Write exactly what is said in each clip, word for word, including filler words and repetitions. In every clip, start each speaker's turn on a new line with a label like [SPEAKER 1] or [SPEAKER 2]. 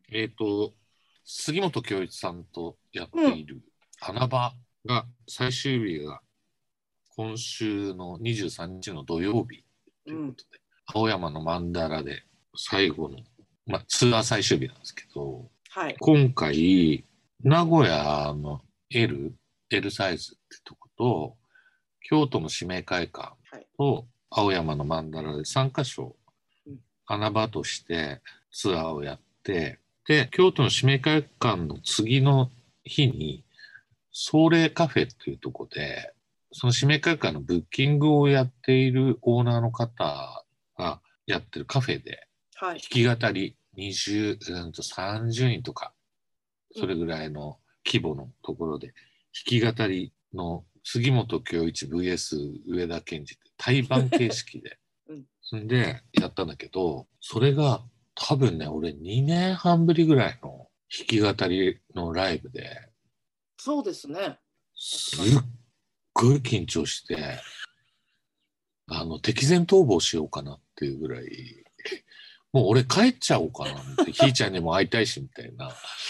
[SPEAKER 1] えっと、杉本恭一さんとやっている花場が最終日が今週のにじゅうさんにちの土曜日ということで、うん、青山のマンダラで最後の、まあ、ツアー最終日なんですけど、
[SPEAKER 2] はい、
[SPEAKER 1] 今回名古屋の L、L サイズってとこと京都の指名会館と青山のマンダラでさんかしょ穴場としてツアーをやって、で京都の指名会館の次の日にソーレカフェっていうとこでその指名会館のブッキングをやっているオーナーの方がやってるカフェで弾き語りにじゅう、うんとさんじゅうにんとかそれぐらいの規模のところで弾き語りの杉本恭一 ブイエス 上田健二って対バン形式で、うん、そんでやったんだけど、それが多分ね俺にねんはんぶりぐらいの弾き語りのライブで、
[SPEAKER 2] そうですね、
[SPEAKER 1] すっごい緊張してあの敵前逃亡しようかなっていうぐらいもう俺帰っちゃおうかなってひーちゃんにも会いたいしみたいな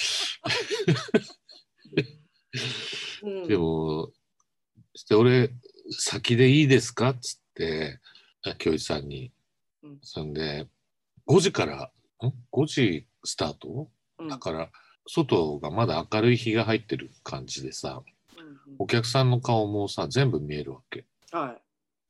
[SPEAKER 1] うん、でもして俺先でいいですかっつって教一さんに、うん、そんでごじからんごじスタート、うん、だから外がまだ明るい日が入ってる感じでさ、うんうん、お客さんの顔もさ全部見えるわけ、はい、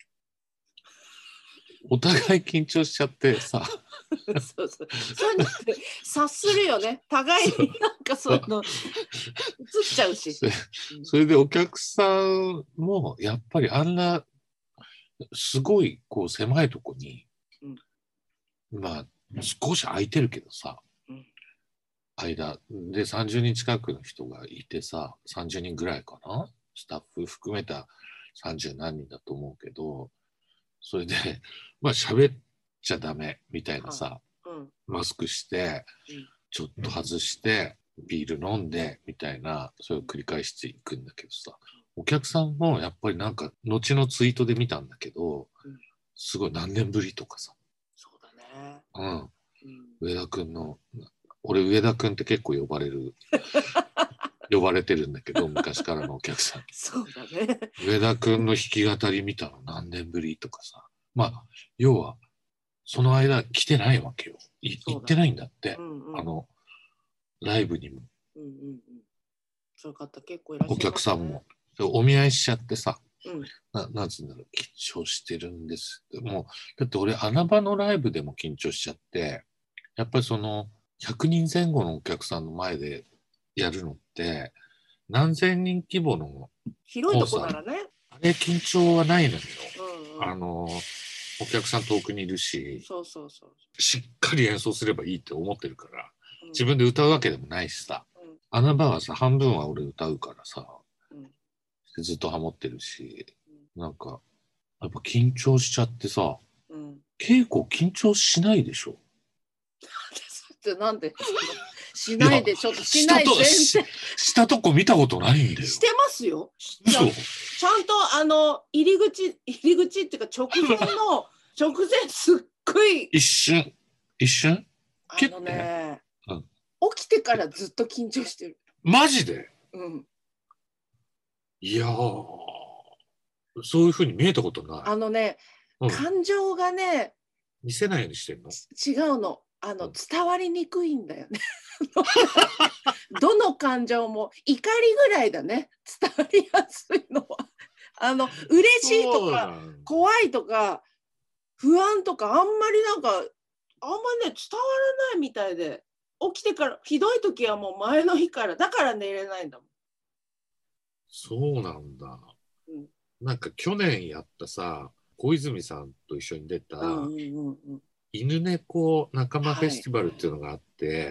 [SPEAKER 1] お互い緊張しちゃってさ
[SPEAKER 2] そうそう、そういうのって察するよね、互いになんかそういうの映っちゃうし
[SPEAKER 1] それでお客さんもやっぱりあんなすごいこう狭いとこに、うん、まあ少し空いてるけどさ、うん、間でさんじゅうにん近くの人がいてさ、さんじゅうにんぐらいかな、スタッフ含めたさんじゅう何人だと思うけど、それでまあ喋っちゃダメみたいなさ、はい、うん、マスクして、うん、ちょっと外してビール飲んでみたいな、それを繰り返していくんだけどさ、お客さんもやっぱりなんか後のツイートで見たんだけど、うん、すごい何年ぶりとかさ、
[SPEAKER 2] そうだね、
[SPEAKER 1] うん、うん、上田くんの、俺上田くんって結構呼ばれる呼ばれてるんだけど昔からのお客さん
[SPEAKER 2] そうだね、
[SPEAKER 1] 上田くんの弾き語り見たの何年ぶりとかさ、まあ要はその間来てないわけよ、い行ってないんだって、うんうん、あのライブにも、うんうんうん、
[SPEAKER 2] そういう方結構いらっしゃいますね、
[SPEAKER 1] お客さんもお見合いしちゃってさ、うん、な, なんつうんだろう、緊張してるんですって。もうだって俺穴場のライブでも緊張しちゃって、やっぱりそのひゃくにんぜん後のお客さんの前でやるのって何千人規模の
[SPEAKER 2] 広いとこならね、
[SPEAKER 1] あれ緊張はないのよ、うんうん、あのお客さん遠くにいるし、
[SPEAKER 2] そうそうそう、
[SPEAKER 1] しっかり演奏すればいいって思ってるから、うん、自分で歌うわけでもないしさ、うん、穴場はさ半分は俺歌うからさ、うん、ずっとハモってるし、うん、なんかやっぱ緊張しちゃってさ、うん、稽古緊張しないでしょ
[SPEAKER 2] なんでしないでちょっとしない全然
[SPEAKER 1] したとこ見たことないんだよ。
[SPEAKER 2] してますよ。ちゃんとあの入り口入り口っていうか直前の直前すっごい
[SPEAKER 1] 一瞬一瞬
[SPEAKER 2] あのね、うん、起きてからずっと緊張してる。
[SPEAKER 1] マジで？
[SPEAKER 2] うん。
[SPEAKER 1] いやーそういう風に見えたことない。
[SPEAKER 2] あのね、うん、感情がね
[SPEAKER 1] 見せないようにしてんの？
[SPEAKER 2] 違うの。あの、うん、伝わりにくいんだよね。どの感情も怒りぐらいだね、伝わりやすいのは。あの嬉しいとか怖いとか不安とかあんまりなんかあんまりね伝わらないみたいで、起きてからひどい時はもう前の日からだから寝れないんだもん。
[SPEAKER 1] そうなんだ、うん、なんか去年やったさ小泉さんと一緒に出た、うんうんうんうん、犬猫仲間フェスティバルっていうのがあって、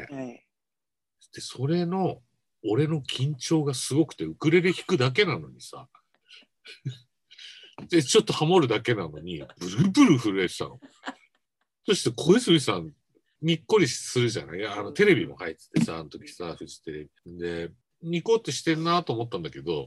[SPEAKER 1] はいはい、でそれの俺の緊張がすごくてウクレレ弾くだけなのにさでちょっとハモるだけなのにブルブル震えてたの。そして小泉さんにっこりするじゃない。いやあのテレビも入っててさ、あの時さフジテレビでニコってしてんなと思ったんだけど、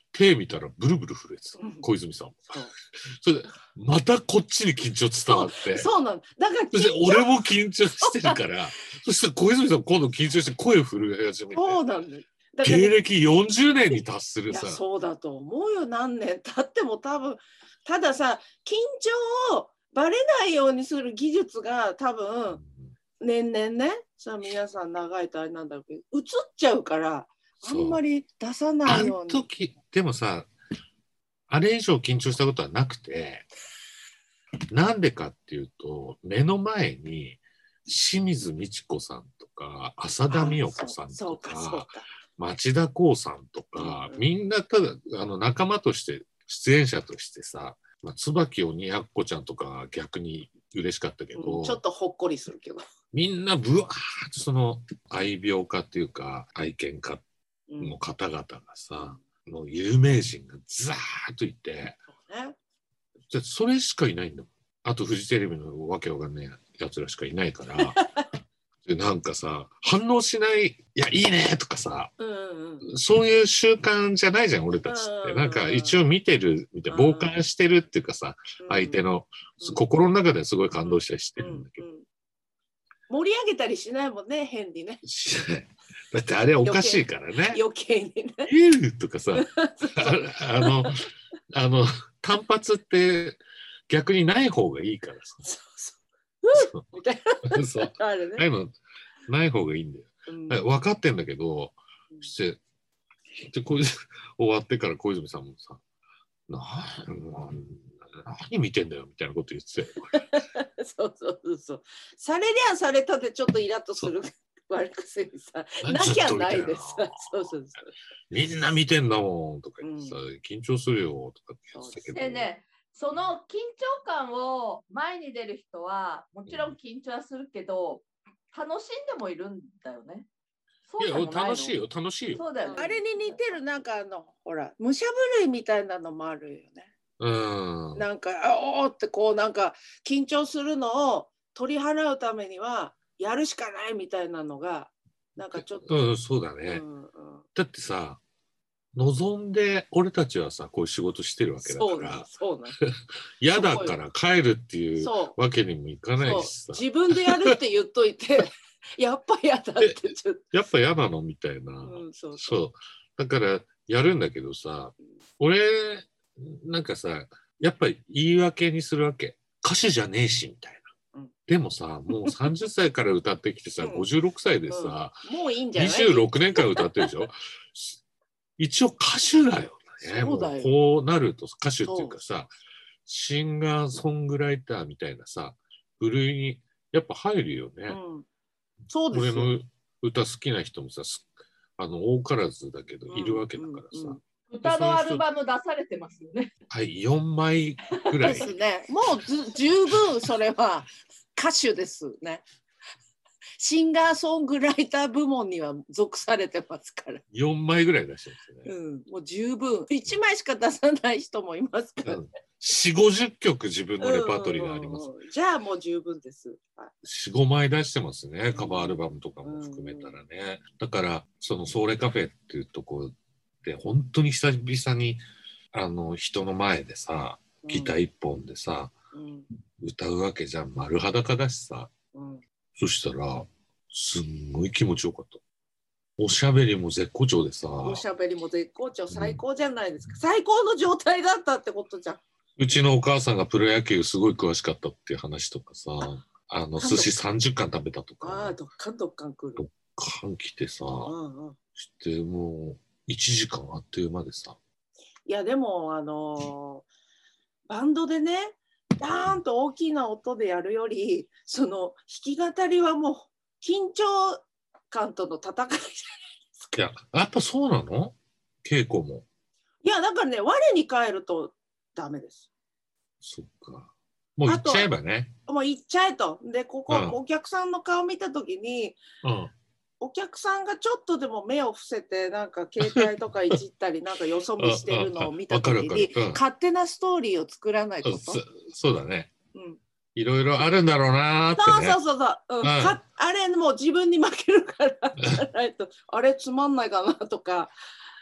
[SPEAKER 1] 手見たらブルブル震えてた、うん、小泉さんも。それでまたこっちに緊張伝わって。
[SPEAKER 2] そうなの。だから
[SPEAKER 1] そして俺も緊張してるから、そして小泉さん今度緊張して声震え始めて。
[SPEAKER 2] そうなんだ。だ
[SPEAKER 1] から、ね、芸歴よんじゅうねんに達するさ。
[SPEAKER 2] いやそうだと思うよ。何年経っても多分。たださ、緊張をバレないようにする技術が多分年々ね、さあ皆さん長いとあれなんだろうけど映っちゃうからあんまり出さないように。
[SPEAKER 1] あの時でもさ、あれ以上緊張したことはなくて、なんでかっていうと目の前に清水ミチコさんとか浅田美代子さんとか町田光さんとか、うん、みんなただあの仲間として出演者としてさ、まあ、椿鬼奴ちゃんとか逆に嬉しかったけど、
[SPEAKER 2] うん、ちょっとほっこりするけど
[SPEAKER 1] みんなぶわーっとその愛病家っていうか愛犬家の方々がさ、うん、の有名人がザーッといて、そうね、それしかいないんだもん。あとフジテレビのわけわかんないやつらしかいないからでなんかさ反応しないいやいいねとかさ、うんうん、そういう習慣じゃないじゃん俺たちって、うんうん、なんか一応見てるみたいな傍観してるっていうかさ、うん、相手の、うん、心の中ですごい感動したりしてるんだけど、うんうんうん、
[SPEAKER 2] 盛り上げたりしないもんね変にね。
[SPEAKER 1] しないだってあれおかしいからね
[SPEAKER 2] 余計にね
[SPEAKER 1] 言うとかさあ, あのあの単発って逆にない方がいいからさ
[SPEAKER 2] そうそうみたいな
[SPEAKER 1] そうあれね、ああいうのない方がいいんだよ、うん、分かってんだけど、うん、してでこう終わってから小泉さんもさな何見てんだよみたいなこと言って
[SPEAKER 2] たそうそうそうされりゃされたでちょっとイラッとする悪くせにさなきゃないでさそうそうそう
[SPEAKER 1] みんな見てんだもんとか言ってさ、うん、緊張するよとかって言ってたけど、
[SPEAKER 3] でねその緊張感を前に出る人はもちろん緊張はするけど、うん、楽しんでもいるんだよね。
[SPEAKER 1] そうでもないの？いや楽しいよ楽しいよ。
[SPEAKER 2] そうだよ、ね、あれに似てるなんかあのほら武者震いみたいなのもあるよね。
[SPEAKER 1] うん。
[SPEAKER 2] なんかおーってこうなんか緊張するのを取り払うためにはやるしかないみたいなのがなんかちょっと。
[SPEAKER 1] うんそうだね。うんうん、だってさ。望んで俺たちはさこういう仕事してるわけだから嫌だから帰るっていうわけにもいかないしさ
[SPEAKER 2] 自分でやるって言っといてやっぱ嫌だってちょっと
[SPEAKER 1] やっぱ嫌なのみたいな、うん、そうそうそうだからやるんだけどさ、うん、俺なんかさやっぱり言い訳にするわけ歌手じゃねえしみたいな、うん、でもさもうさんじゅっさいから歌ってきてさ、うん、ごじゅうろくさいでさ、
[SPEAKER 2] うん、もういいんじゃない
[SPEAKER 1] にじゅうろくねんかん歌ってるでしょ一応歌手だよね。そうだよ。こうなると歌手っていうかさ、シンガーソングライターみたいなさ、部類にやっぱ入るよね。うん、
[SPEAKER 2] そうですよ。
[SPEAKER 1] 俺の歌好きな人もさ、あの多からずだけどいるわけだからさ。うんうんうん、
[SPEAKER 3] 歌のアルバム出されてますよね。
[SPEAKER 1] はい、よんまいぐらい。
[SPEAKER 2] ですね。もうず十分それは歌手ですね。シンガーソングライター部門には属されてますから。
[SPEAKER 1] よんまいぐらい出してます
[SPEAKER 2] ね。うん、もう十分。いちまいしか出さない人もいますから、ね。うん、
[SPEAKER 1] よんじゅう、ごじゅっきょく自分のレパートリーがあります。
[SPEAKER 2] うんうんうん、じゃあもう十分です。
[SPEAKER 1] はい、よん、ごまい出してますね。カバーアルバムとかも含めたらね。だからそのソーレカフェっていうところで本当に久々にあの人の前でさギター一本でさ、うん、歌うわけじゃん。丸裸だしさ。うん、そしたらすんごい気持ちよかった。おしゃべりも絶好調でさ。
[SPEAKER 2] おしゃべりも絶好調、最高じゃないですか。うん、最高の状態だったってことじゃん。
[SPEAKER 1] うちのお母さんがプロ野球すごい詳しかったっていう話とかさ、あの寿司さんじゅっかん食べたとか。
[SPEAKER 2] ああ、どっかんどっかん来る。
[SPEAKER 1] どっかん来てさ、うんうん、してもういちじかんあっという間でさ。
[SPEAKER 2] いやでもあのー、バンドでね、ダーンと大きな音でやるより、その弾き語りはもう緊張感との戦いじゃないですか。
[SPEAKER 1] いや、やっぱそうなの？稽古も。
[SPEAKER 2] いや、だからね、我に返るとダメです。
[SPEAKER 1] そっか。もう行っちゃえばね。
[SPEAKER 2] もう行っちゃえと。で、ここ、うん、お客さんの顔見たときに、うん、お客さんがちょっとでも目を伏せて、なんか携帯とかいじったり、なんかよそ見してるのを見たときに、うん、勝手なストーリーを作らないこと。そ,
[SPEAKER 1] そうだね。うんいろいろあるんだろうなーって、
[SPEAKER 2] ね、そうそうそうそう、うんうん、かあれもう自分に負けるからあれつまんないかなとか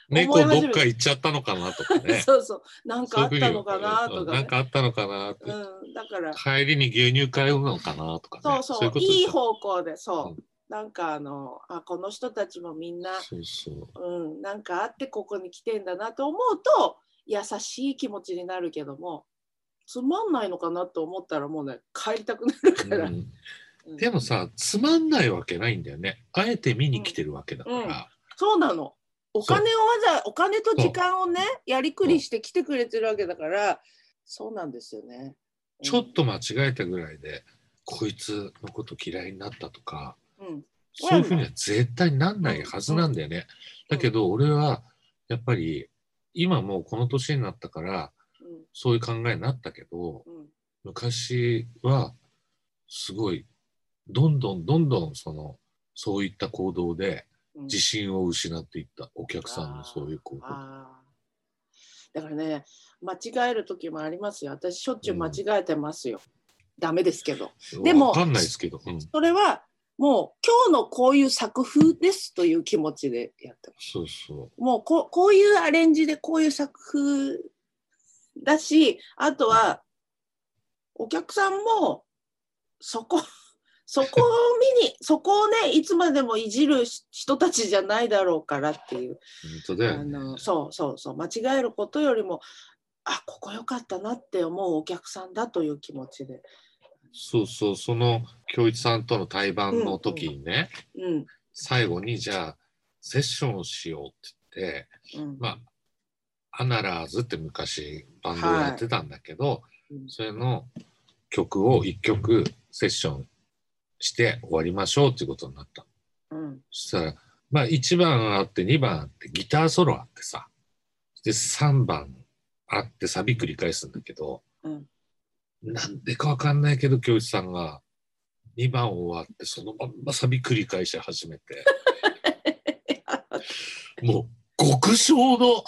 [SPEAKER 1] 猫どっか行っちゃったのかなとかね。
[SPEAKER 2] そうそう、なんかあったのかなとか、ね、
[SPEAKER 1] なんかあったのかなって、
[SPEAKER 2] うん、だから
[SPEAKER 1] 帰りに牛乳買うのかなとかね。
[SPEAKER 2] そうそう、
[SPEAKER 1] そういうこと
[SPEAKER 2] いい方向で、そう、
[SPEAKER 1] うん、
[SPEAKER 2] なんかあのあこの人たちもみんな、
[SPEAKER 1] そうそう、
[SPEAKER 2] うん、なんかあってここに来てんだなと思うと優しい気持ちになるけども、つまんないのかなと思ったらもうね帰りたくなるから。うん
[SPEAKER 1] うん、でもさ、つまんないわけないんだよね。あえて見に来てるわけだから。うんうん、
[SPEAKER 2] そうなの。お金をわざお金と時間をねやりくりして来てくれてるわけだから、そうなんですよね。
[SPEAKER 1] うん、ちょっと間違えたぐらいでこいつのこと嫌いになったとか、うん、そういうふうには絶対になんないはずなんだよね。うん、だけど俺はやっぱり今もうこの年になったから、うん、そういう考えになったけど、うん、昔はすごいどんどんどんどんそのそういった行動で自信を失っていった、お客さんのそういう行動。
[SPEAKER 2] あだからね、間違える時もありますよ。私しょっちゅう間違えてますよ。うん、ダメですけど。でも、
[SPEAKER 1] 分かんないですけど、うん、
[SPEAKER 2] それはもう今日のこういう作風ですという気持ちでやってます。
[SPEAKER 1] そうそう。
[SPEAKER 2] もう こ, こういうアレンジでこういう作風だし、あとはお客さんもそこそこを見にそこをねいつまでもいじる人たちじゃないだろうからっていう。
[SPEAKER 1] 本当だよね。
[SPEAKER 2] あのそうそうそう、間違えることよりもあここ良かったなって思うお客さんだという気持ちで。
[SPEAKER 1] そうそう、その京一さんとの対バンの時にね、うんうん、最後にじゃあセッションをしようって言って、うん、まあアナラーズって昔バンドをやってたんだけど、はい、それの曲をいっきょくセッションして終わりましょうっていうことになった。うん、そしたら、まあいちばんあってにばんあってギターソロあってさ、でさんばんあってサビ繰り返すんだけど、うん、なんでかわかんないけど京一さんがにばん終わってそのまんまサビ繰り返し始めてもう極小の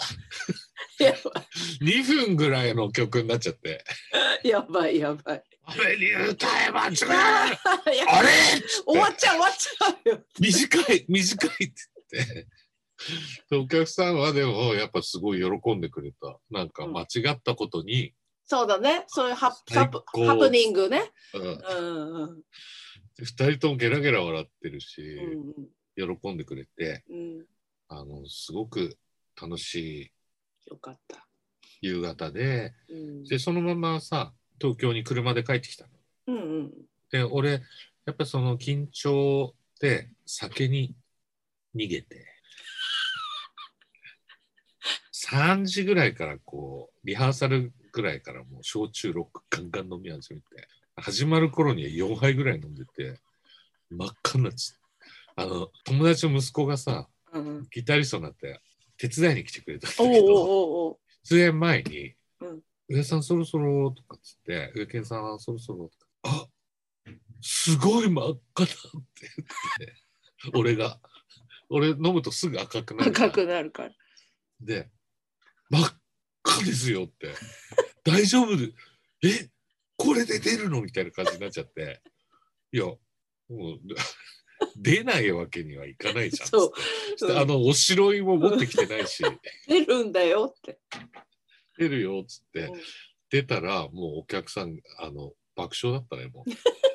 [SPEAKER 1] にふんぐらいの曲になっちゃって
[SPEAKER 2] やばいやばい。
[SPEAKER 1] あれに歌えば違うあれ
[SPEAKER 2] 終わっちゃう終わっちゃうよ
[SPEAKER 1] 短い短いって言ってお客さんはでもやっぱすごい喜んでくれた。なんか間違ったことに、うん、
[SPEAKER 2] そうだね、そういうハプ、ハプニングね、うん
[SPEAKER 1] うんうん、ふたりともゲラゲラ笑ってるし、うんうん、喜んでくれて、うん、あのすごく楽しい
[SPEAKER 2] よかった
[SPEAKER 1] 夕方で、うん、でそのままさ東京に車で帰ってきたの、うんうん、で俺やっぱその緊張で酒に逃げてさんじぐらいからこうリハーサルぐらいからもう焼酎ロックガンガン飲み始めて始まる頃にはよんはいぐらい飲んでて真っ赤になっちゃう。あの友達の息子がさ、うん、ギタリストになって手伝いに来てくれたんだけど出演前に、うん上さんそろそろとかっつって上健さんそろそろとかあすごい真っ赤だって言って俺が俺飲むとすぐ赤くなるから
[SPEAKER 2] 赤くなるから
[SPEAKER 1] で真っ赤ですよって大丈夫でえこれで出るのみたいな感じになっちゃっていやもう出ないわけにはいかないじゃんそう、あのおしろいも持ってきてないし
[SPEAKER 2] 出るんだよって
[SPEAKER 1] 出るよっつって、うん、出たらもうお客さんあの爆笑だったねもう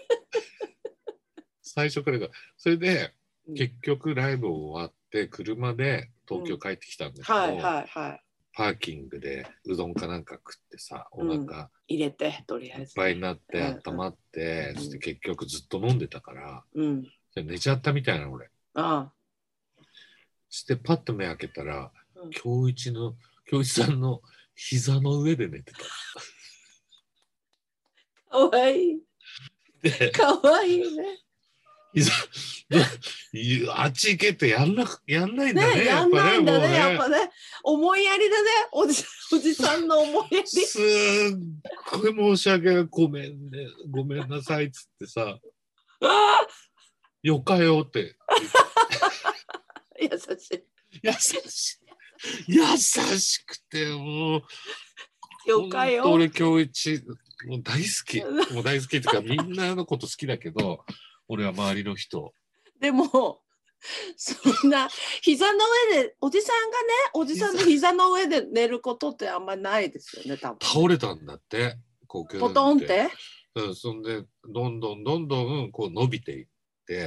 [SPEAKER 1] 最初からそれで、うん、結局ライブ終わって車で東京帰ってきたんですけど、うんはいはいはい、パーキングでうどんかなんか食ってさお腹、うん、
[SPEAKER 2] 入れてとりあえず
[SPEAKER 1] いっぱいになって温まって、うん、そして結局ずっと飲んでたから、うん、寝ちゃったみたいな俺ああしてパッと目開けたら京一の京一さんの膝の上で寝てた。
[SPEAKER 2] かわいい。かわいいね。
[SPEAKER 1] あっち行けってやんな、やんないんだね。
[SPEAKER 2] ねやんないんだね、やっぱね。思いやりだね、おじ、おじさんの思いやり。
[SPEAKER 1] すっごい申し訳ない、ごめんね、ごめんなさいっつってさ。よかよって。
[SPEAKER 2] 優しい。
[SPEAKER 1] 優しい。優しくてもう
[SPEAKER 2] よかよ
[SPEAKER 1] 俺京一もう大好きもう大好きっていうかみんなのこと好きだけど俺は周りの人
[SPEAKER 2] でもそんな膝の上でおじさんがね、おじさんの膝の上で寝ることってあんまりないですよね、多分。
[SPEAKER 1] 倒れたんだって、こう
[SPEAKER 2] ポトンって。
[SPEAKER 1] うん、そんでどんどんどんどんこう伸びていって、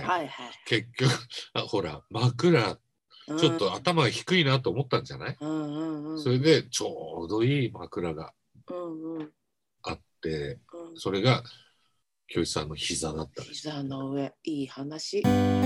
[SPEAKER 2] はいはい、
[SPEAKER 1] 結局あほら枕ちょっと頭が低いなと思ったんじゃない、うんうんうん、それでちょうどいい枕があって、うんうん、それが清さんの膝だったんです、
[SPEAKER 2] ね、膝の上、いい話。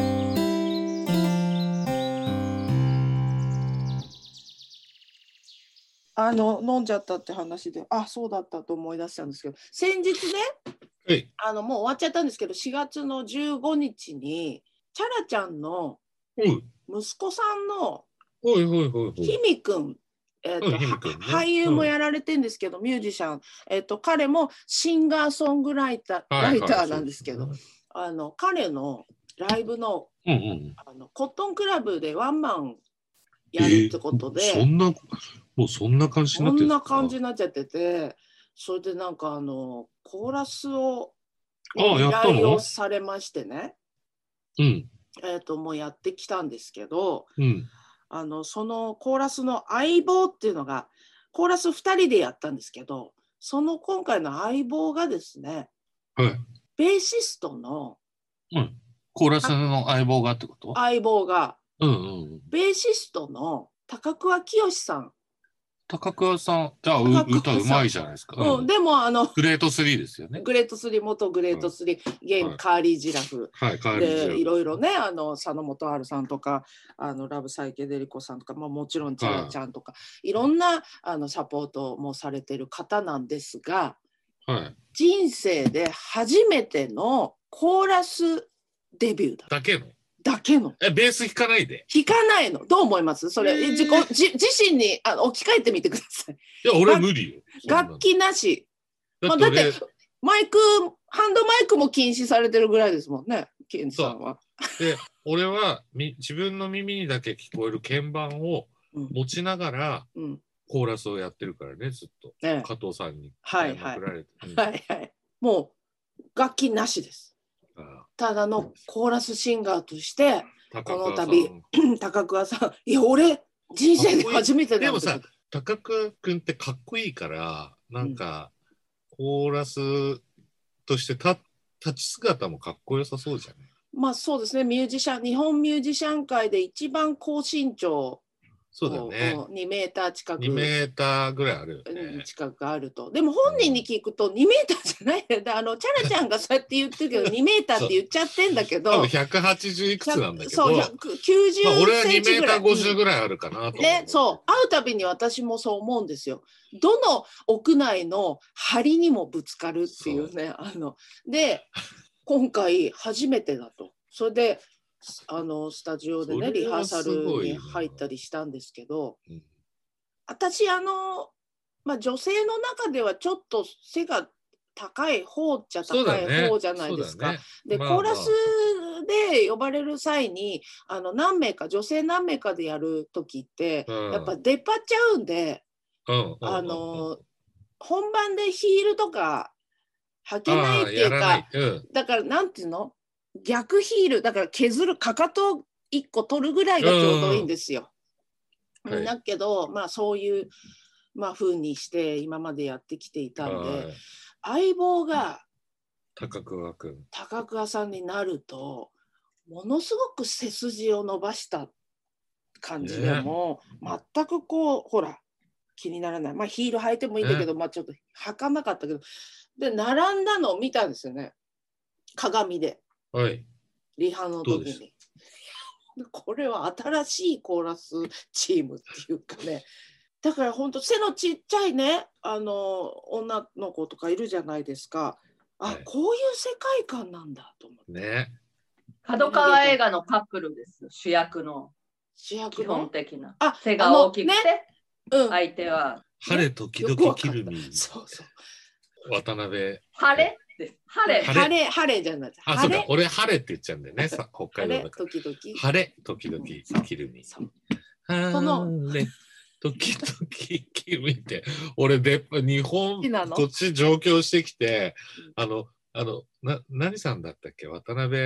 [SPEAKER 2] あの飲んじゃったって話で、あ、そうだったと思い出したんですけど、先日ね、はい、あのもう終わっちゃったんですけど、しがつのじゅうごにちにチャラちゃんの息子さんのひみくん、えーと、ね、俳優もやられてるんですけど、うん、ミュージシャン、えーと、彼もシンガーソングライター、ライターなんですけど、はいはい、あの彼のライブの、うんうん、あのコットンクラブでワンマンやるってことで、
[SPEAKER 1] えー、そんなもうそんな感じになってるんですか？
[SPEAKER 2] そんな感じになっちゃってて、それでなんかあのコーラスを
[SPEAKER 1] 依頼
[SPEAKER 2] をされましてね、うん、えーともうやってきたんですけど、うん、あのそのコーラスの相棒っていうのがコーラスふたりでやったんですけど、その今回の相棒がですね、はい、ベーシストの、
[SPEAKER 1] うん、コーラスの相棒がってこと？
[SPEAKER 2] 相棒が、うんうん、ベーシストの高桑清さん。
[SPEAKER 1] 高桑さん、じゃあ歌うまいじゃないですか。
[SPEAKER 2] うん、でもあの
[SPEAKER 1] グレートスリーですよね。
[SPEAKER 2] グレートスリー、元グレートスリー、はい、現カーリージラフ、はいはい、でいろいろね、あの佐野元春さんとか、あのラブサイケデリコさんとか、まあ、もちろんチャラちゃんとか、はい、いろんなあのサポートもされてる方なんですが、はい、人生で初めてのコーラスデビューだ。
[SPEAKER 1] だけの
[SPEAKER 2] だけの。
[SPEAKER 1] え、ベース弾かないで。
[SPEAKER 2] 弾かないの。どう思います？それ、えー、自己自自身にあの置き換えてみてください。
[SPEAKER 1] いや、俺無理よ。
[SPEAKER 2] 楽器なし。だって、まあ、だってマイク、ハンドマイクも禁止されてるぐらいですもんね、ケンジさんは。
[SPEAKER 1] で、俺はみ自分の耳にだけ聞こえる鍵盤を持ちながら、うん、コーラスをやってるからね、ずっと。ね、加藤さんに。
[SPEAKER 2] はいはい。はいはい。もう、楽器なしです。ただのコーラスシンガーとしてこの度高桑さん、いや俺人生で初めて
[SPEAKER 1] だ。でもさ、高桑君ってかっこいいからなんか、うん、コーラスとして立ち姿もかっこよさそうじゃない？
[SPEAKER 2] まあそうですね、ミュージシャン、日本ミュージシャン界で一番高身長、
[SPEAKER 1] そうだね、
[SPEAKER 2] にメーター近く、
[SPEAKER 1] にメーターぐらいあるよね、
[SPEAKER 2] 近くあると。でも本人に聞くとにメーターじゃないよね。あのチャラちゃんがそうやって言ってるけどにメーターって言っちゃってんだけど、
[SPEAKER 1] ひゃくはちじゅういくつなんだけど、
[SPEAKER 2] そうひゃくきゅうじゅっセンチぐらい、
[SPEAKER 1] まあ、俺はにメーターごじゅうぐらいあるかなと思う、
[SPEAKER 2] ね、そう会うたびに私もそう思うんですよ。どの屋内の梁にもぶつかるっていうね。あので今回初めてだと。それであのスタジオでねリハーサルに入ったりしたんですけど、うん、私あの、まあ、女性の中ではちょっと背が高い方っちゃ高い方じゃないですか。ねね、で、まあまあ、コーラスで呼ばれる際にあの何名か女性何名かでやる時って、うん、やっぱ出っ張っちゃうんで、うん、あの、うん、本番でヒールとか履けないっていうか、うん、だからなんていうの逆ヒールだから削るかかといっこ取るぐらいがちょうどいいんですよ。うん、だけど、まあそういう、まあ、風にして今までやってきていたんで、相棒が
[SPEAKER 1] 高桑君
[SPEAKER 2] 高桑さんになるとものすごく背筋を伸ばした感じでも、ね、全くこうほら気にならない。まあヒール履いてもいいんだけど、ね、まあちょっと履かなかったけど、で並んだのを見たんですよね、鏡で。はい、リハの時にこれは新しいコーラスチームっていうかね、だから本当背のちっちゃいねあの女の子とかいるじゃないですか。あ、はい、こういう世界観なんだと思ってね。
[SPEAKER 3] 角川映画のカップルです、主役の
[SPEAKER 2] 主役
[SPEAKER 3] 基本的な。あ、背が大きくて、ね、うん、相手は
[SPEAKER 1] 晴れ時々キルミー、そうそう渡辺
[SPEAKER 3] 晴れ晴れ
[SPEAKER 2] 晴れ晴れじゃない。
[SPEAKER 1] あ、そうだ、俺晴れって言っちゃうんだよね。北海道だから。
[SPEAKER 2] 時々
[SPEAKER 1] 晴れ時々キルミ。そのね時々キルミって俺で日本こっち上京してきて、あのあのな何さんだったっけ、渡辺え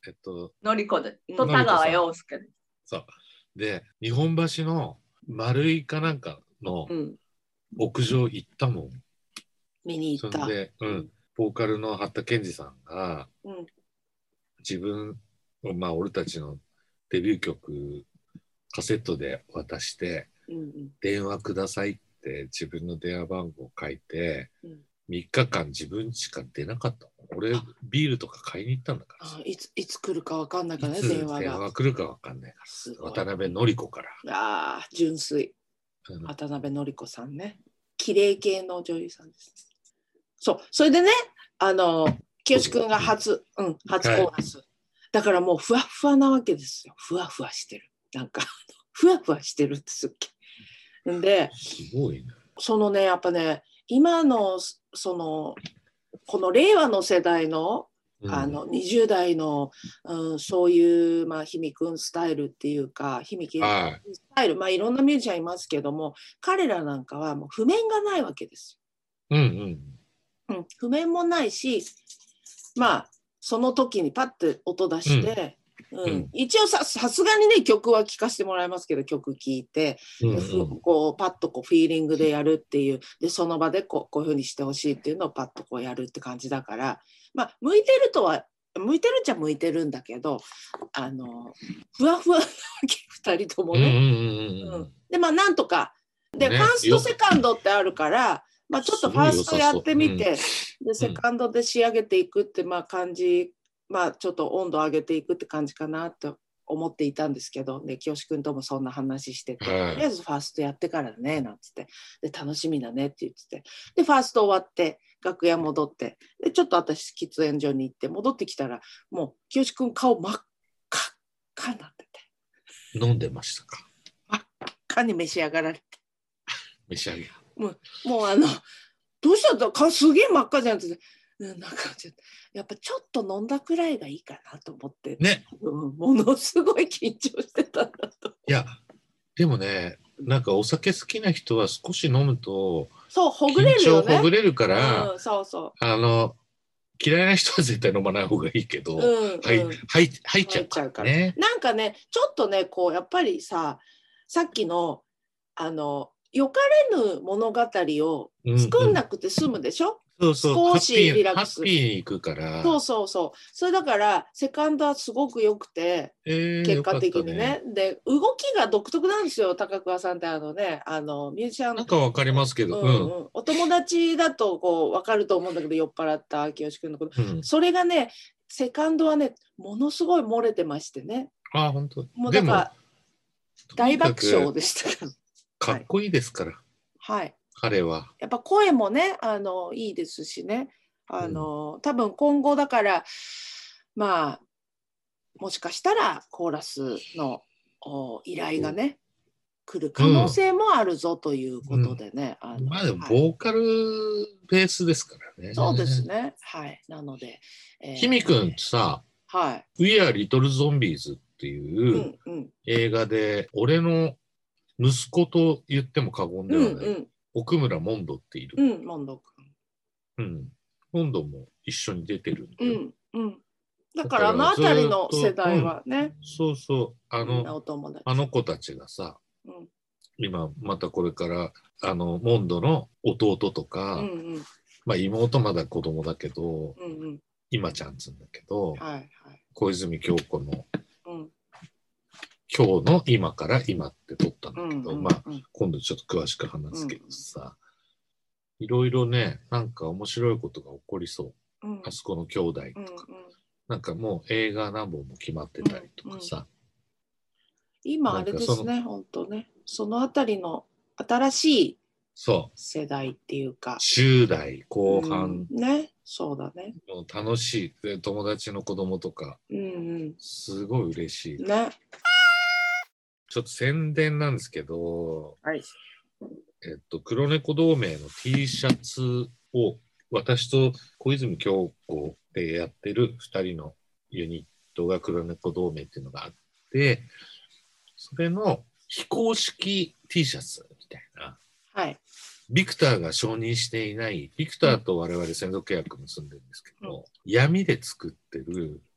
[SPEAKER 1] えっと、
[SPEAKER 3] のりこで、と田川陽介で。
[SPEAKER 1] そう。で、日本橋の丸いかなんかの屋上行ったもん。うん、
[SPEAKER 2] 見に行った。
[SPEAKER 1] そんで、うん、ボーカルの八田健二さんが、うん、自分、まあ、俺たちのデビュー曲、カセットで渡して、うんうん、電話くださいって自分の電話番号を書いて、うん、みっかかん自分しか出なかった。俺、ビールとか買いに行ったんだからさ。
[SPEAKER 2] いつ、いつ来るか分かんないからね、
[SPEAKER 1] 電話が。電話来るか分かんないから。渡辺典子から。
[SPEAKER 2] ああ、純粋。うん、渡辺典子さんね。綺麗系の女優さんです。そう、それでね、あの、清くんが初、うん、初コーラス。はい、だからもうふわふわなわけですよ。ふわふわしてる。なんか、ふわふわしてるってすっげえ。で、
[SPEAKER 1] すごいね。
[SPEAKER 2] そのね、やっぱね、今の、その、この令和の世代の、うん、あのにじゅう代の、うん、そういう、まあ、ひみくんスタイルっていうか、ひみきスタイル、まあ、いろんなミュージシャンいますけども、彼らなんかはもう譜面がないわけです
[SPEAKER 1] よ。うんうん
[SPEAKER 2] うん、譜面もないし、まあその時にパッて音出して、うんうん、一応さすがにね曲は聴かせてもらいますけど、曲聴いて、うんうん、こうパッとこうフィーリングでやるっていう、でその場でこう、こういう風にしてほしいっていうのをパッとこうやるって感じだから、まあ向いてるとは向いてるっちゃ向いてるんだけど、あのふわふわなわけふたりともね。でまあなんとかで、ね、ファーストセカンドってあるから。まあ、ちょっとファーストやってみて、うん、でセカンドで仕上げていくってまあ感じ、まあ、ちょっと温度上げていくって感じかなと思っていたんですけど、で清君ともそんな話してて、はい、とりあえずファーストやってからねなんつってで楽しみだねって言ってて、でファースト終わって楽屋戻ってでちょっと私喫煙所に行って戻ってきたらもう清君顔真っ赤っかになって
[SPEAKER 1] て飲んでましたか？
[SPEAKER 2] 真っ赤に召し上がられて
[SPEAKER 1] 召し上げ
[SPEAKER 2] もう、もうあのどうしたんだ顔すげえ真っ赤じゃんって、なんかちょっとやっぱちょっと飲んだくらいがいいかなと思って
[SPEAKER 1] ね、
[SPEAKER 2] うん、ものすごい緊張してたんだと。
[SPEAKER 1] いやでもね、なんかお酒好きな人は少し飲むと
[SPEAKER 2] そうほぐれるよね。
[SPEAKER 1] 緊張ほぐれるから、
[SPEAKER 2] うん、そうそう
[SPEAKER 1] あの嫌いな人は絶対飲まない方がいいけど、うんうん、はいはい入っちゃうからね。
[SPEAKER 2] なんかねちょっとねこうやっぱりささっきのあのよかれぬ物語を作んなくて済むでしょ、
[SPEAKER 1] うんうん、そうそう
[SPEAKER 2] 少しリラックス
[SPEAKER 1] ハッピーにいくから。
[SPEAKER 2] そうそうそうそれだからセカンドはすごく良くて、えー、結果的に ね, ねで動きが独特なんですよ。高桑さんってあのねあのミュージシャン
[SPEAKER 1] なんかわかりますけど、うんうん、
[SPEAKER 2] お友達だとこう分かると思うんだけど酔っ払った清君のこと、うん、それがねセカンドはねものすごい漏れてましてね。
[SPEAKER 1] あ本当
[SPEAKER 2] もうだから大爆笑でしたから
[SPEAKER 1] かっこいいですから、
[SPEAKER 2] はい、
[SPEAKER 1] 彼は
[SPEAKER 2] やっぱ声もねあのいいですしねあの、うん、多分今後だからまあもしかしたらコーラスの依頼がね、うん、来る可能性もあるぞということでね、
[SPEAKER 1] うん、あのまあでもボーカルベースですからね、はい、
[SPEAKER 2] そうですねはいなので
[SPEAKER 1] ひみくんさ、
[SPEAKER 2] はい、
[SPEAKER 1] We Are Little Zombies っていう映画で、うんうん、俺の息子と言っても過言ではない、うんうん、奥村モンドっている。
[SPEAKER 2] うん、モンド
[SPEAKER 1] 君。うん。モンドも一緒に出てるんだよ。
[SPEAKER 2] うん、うん。だからあの辺りの世代はね。
[SPEAKER 1] うん、そうそう。あの、あの子たちがさ、うん、今またこれから、あの、モンドの弟とか、うんうん、まあ妹まだ子供だけど、うんうん、今ちゃんつんだけど、はいはい、小泉京子の、うん今日の今から今って撮ったんだけど、うんうんうん、まあ今度ちょっと詳しく話すけどさ、うん、いろいろねなんか面白いことが起こりそう、うん、あそこの兄弟とか、うんうん、なんかもう映画何本も決まってたりとかさ、うんうん、
[SPEAKER 2] 今あれですね本当ねそのあたりの新しい世代っていうか
[SPEAKER 1] じゅう代後半、
[SPEAKER 2] うん、ねそうだね
[SPEAKER 1] もう楽しい友達の子供とか、うんうん、すごい嬉しいね。ちょっと宣伝なんですけど、はい、えっと、黒猫同盟の T シャツを私と小泉京子でやってるふたりのユニットが黒猫同盟っていうのがあって、それの非公式 T シャツみたいな、はい、ビクターが承認していない、ビクターと我々専属契約結んでるんですけど、うん、闇で作ってる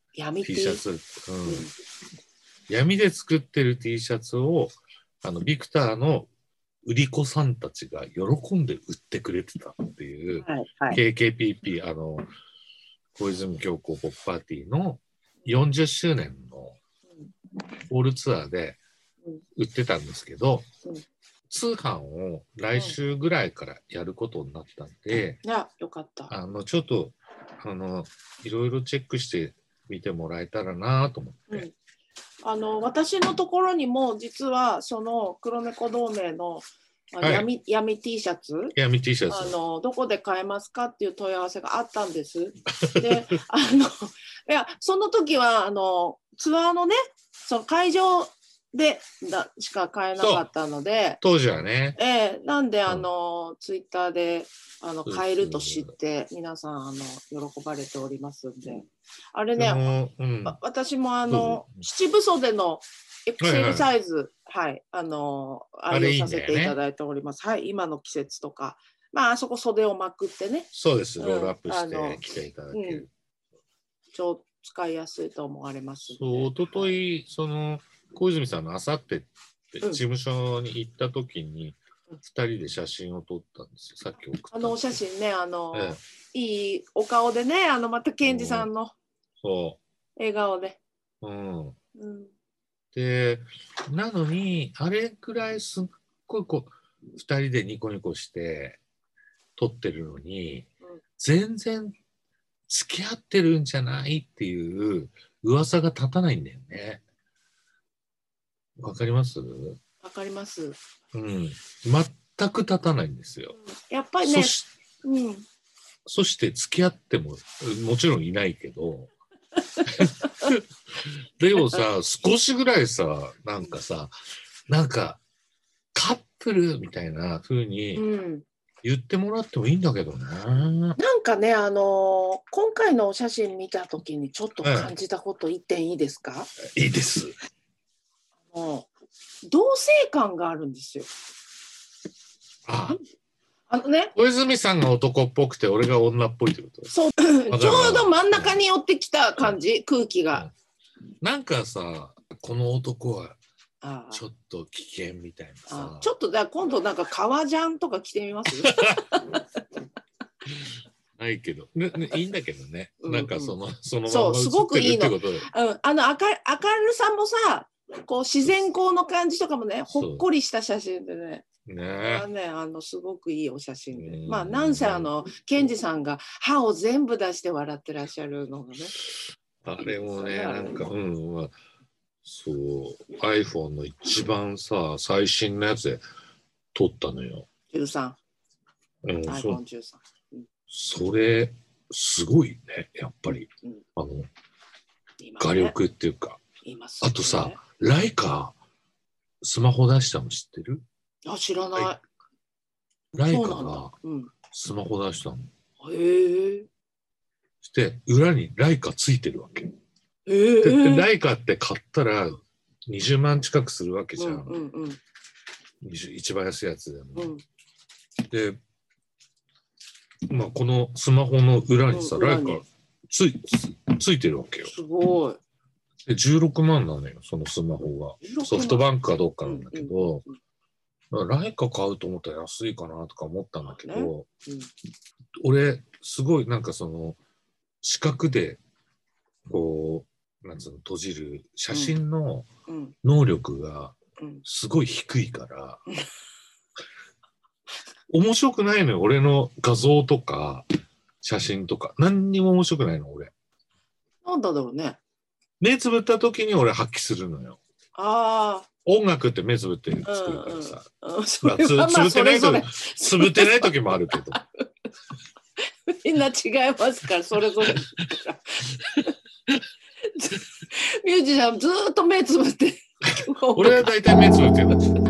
[SPEAKER 2] 闇
[SPEAKER 1] T シャツ、うん、闇で作ってる T シャツをあのビクターの売り子さんたちが喜んで売ってくれてたっていう、
[SPEAKER 2] はいはい、
[SPEAKER 1] ケーケーピーピー あの小泉今日子ポップパーティーのよんじゅっしゅうねんのホールツアーで売ってたんですけど、うんうん、通販を来週ぐらいからやることになったんで、
[SPEAKER 2] うん、いやよかった。
[SPEAKER 1] あのちょっとあのいろいろチェックして見てもらえたらなと思って、うん、
[SPEAKER 2] あの私のところにも実はその黒猫同盟のあの、はい、闇, 闇 T シャツ、
[SPEAKER 1] 闇 T シャツ
[SPEAKER 2] あのどこで買えますかっていう問い合わせがあったんです。であのいやその時はあのツアーのねその会場でだしか買えなかったので
[SPEAKER 1] 当時はね、
[SPEAKER 2] えー、なんであの、うん、ツイッターであの買えると知って皆さんあの喜ばれておりますんで、あれね、うん、私もあの七分袖のエクセルサイズ、はい、はいはい、あの愛用させていただいております。いいね、はい、今の季節とか、まああそこ袖をまくってね、
[SPEAKER 1] そうです、ロールアップして着ていただける、
[SPEAKER 2] うん、超使いやすいと思われます。
[SPEAKER 1] そう、一昨日その小泉さんのあさってって事務所に行った時にふたりで写真を撮ったんですよ。さっき送った
[SPEAKER 2] あのお写真ね、あの、ええ、いいお顔でね、あのまたケンジさんの笑顔で。
[SPEAKER 1] うん。うん、で、なのにあれくらいすっごいこうふたりでニコニコして撮ってるのに、うん、全然付き合ってるんじゃないっていう噂が立たないんだよね。わかります？
[SPEAKER 2] わかります。
[SPEAKER 1] うん。全く立たないんですよ。
[SPEAKER 2] やっぱりね。
[SPEAKER 1] そし、
[SPEAKER 2] うん、
[SPEAKER 1] そして付き合ってももちろんいないけど。でもさ、少しぐらいさ、なんかさ、なんかカップルみたいな風に言ってもらってもいいんだけどね。うん、
[SPEAKER 2] なんかね、あのー、今回のお写真見たときにちょっと感じたこと言っていいですか？
[SPEAKER 1] いいです。
[SPEAKER 2] もう同性感があるんですよ。
[SPEAKER 1] あ
[SPEAKER 2] あのね、
[SPEAKER 1] 小泉さんが男っぽくて俺が女っぽいってこと？
[SPEAKER 2] そうちょうど真ん中に寄ってきた感じ、うん、空気が、
[SPEAKER 1] うん、なんかさこの男はちょっと危険みたいなさ、
[SPEAKER 2] ちょっとだ今度なんか革ジャンとか着てみます？
[SPEAKER 1] ないけど、ねね、いいんだけどね、うんうん、なんかそのその
[SPEAKER 2] まま映ってるってことで、うん、あの明るさもさこう自然光の感じとかもねほっこりした写真でね。
[SPEAKER 1] ね
[SPEAKER 2] ね、あのすごくいいお写真で、まあなんせあのケンジさんが歯を全部出して笑ってらっしゃるのがね。
[SPEAKER 1] あれもね、なんか、うん、まあ、そう、iPhone の一番さ、最新のやつで撮ったのよ。
[SPEAKER 2] じゅうさん。
[SPEAKER 1] うん、
[SPEAKER 2] アイフォンじゅうさん。
[SPEAKER 1] うん、それ、すごいね、やっぱり。うん、あの、ね、画力っていうか。ね、あとさ、ライカ、スマホ出したの知ってる？
[SPEAKER 2] あ、知らない。
[SPEAKER 1] ライカがスマホ出したの。
[SPEAKER 2] へえ。
[SPEAKER 1] して、裏にライカついてるわけ。
[SPEAKER 2] へえ。
[SPEAKER 1] で、ライカって買ったらにじゅうまん近くするわけじゃん。
[SPEAKER 2] うんうんうん、
[SPEAKER 1] 一番安いやつでも。うん、で、まあ、このスマホの裏にさ、うん、ライカつい、ついてるわけよ。
[SPEAKER 2] すごい。
[SPEAKER 1] で、じゅうろくまんなのよ、そのスマホが。ソフトバンクかどうかなんだけど、うんうんうん、ライカ買うと思ったら安いかなとか思ったんだけど、ねうん、俺すごいなんかその視覚でこうなんつうの閉じる写真の能力がすごい低いから、うんうん、面白くないのよ俺の画像とか写真とか何にも面白くないの俺。
[SPEAKER 2] なんだろうね。
[SPEAKER 1] 目つぶった時に俺発揮するのよ。
[SPEAKER 2] ああ。
[SPEAKER 1] 音楽って目つぶって作るからさ、
[SPEAKER 2] うんうん、つぶってない時
[SPEAKER 1] つぶってない時もあるけど
[SPEAKER 2] みんな違いますからそれぞれミュージシャンずーっと目つぶって
[SPEAKER 1] 俺は大体目つぶってる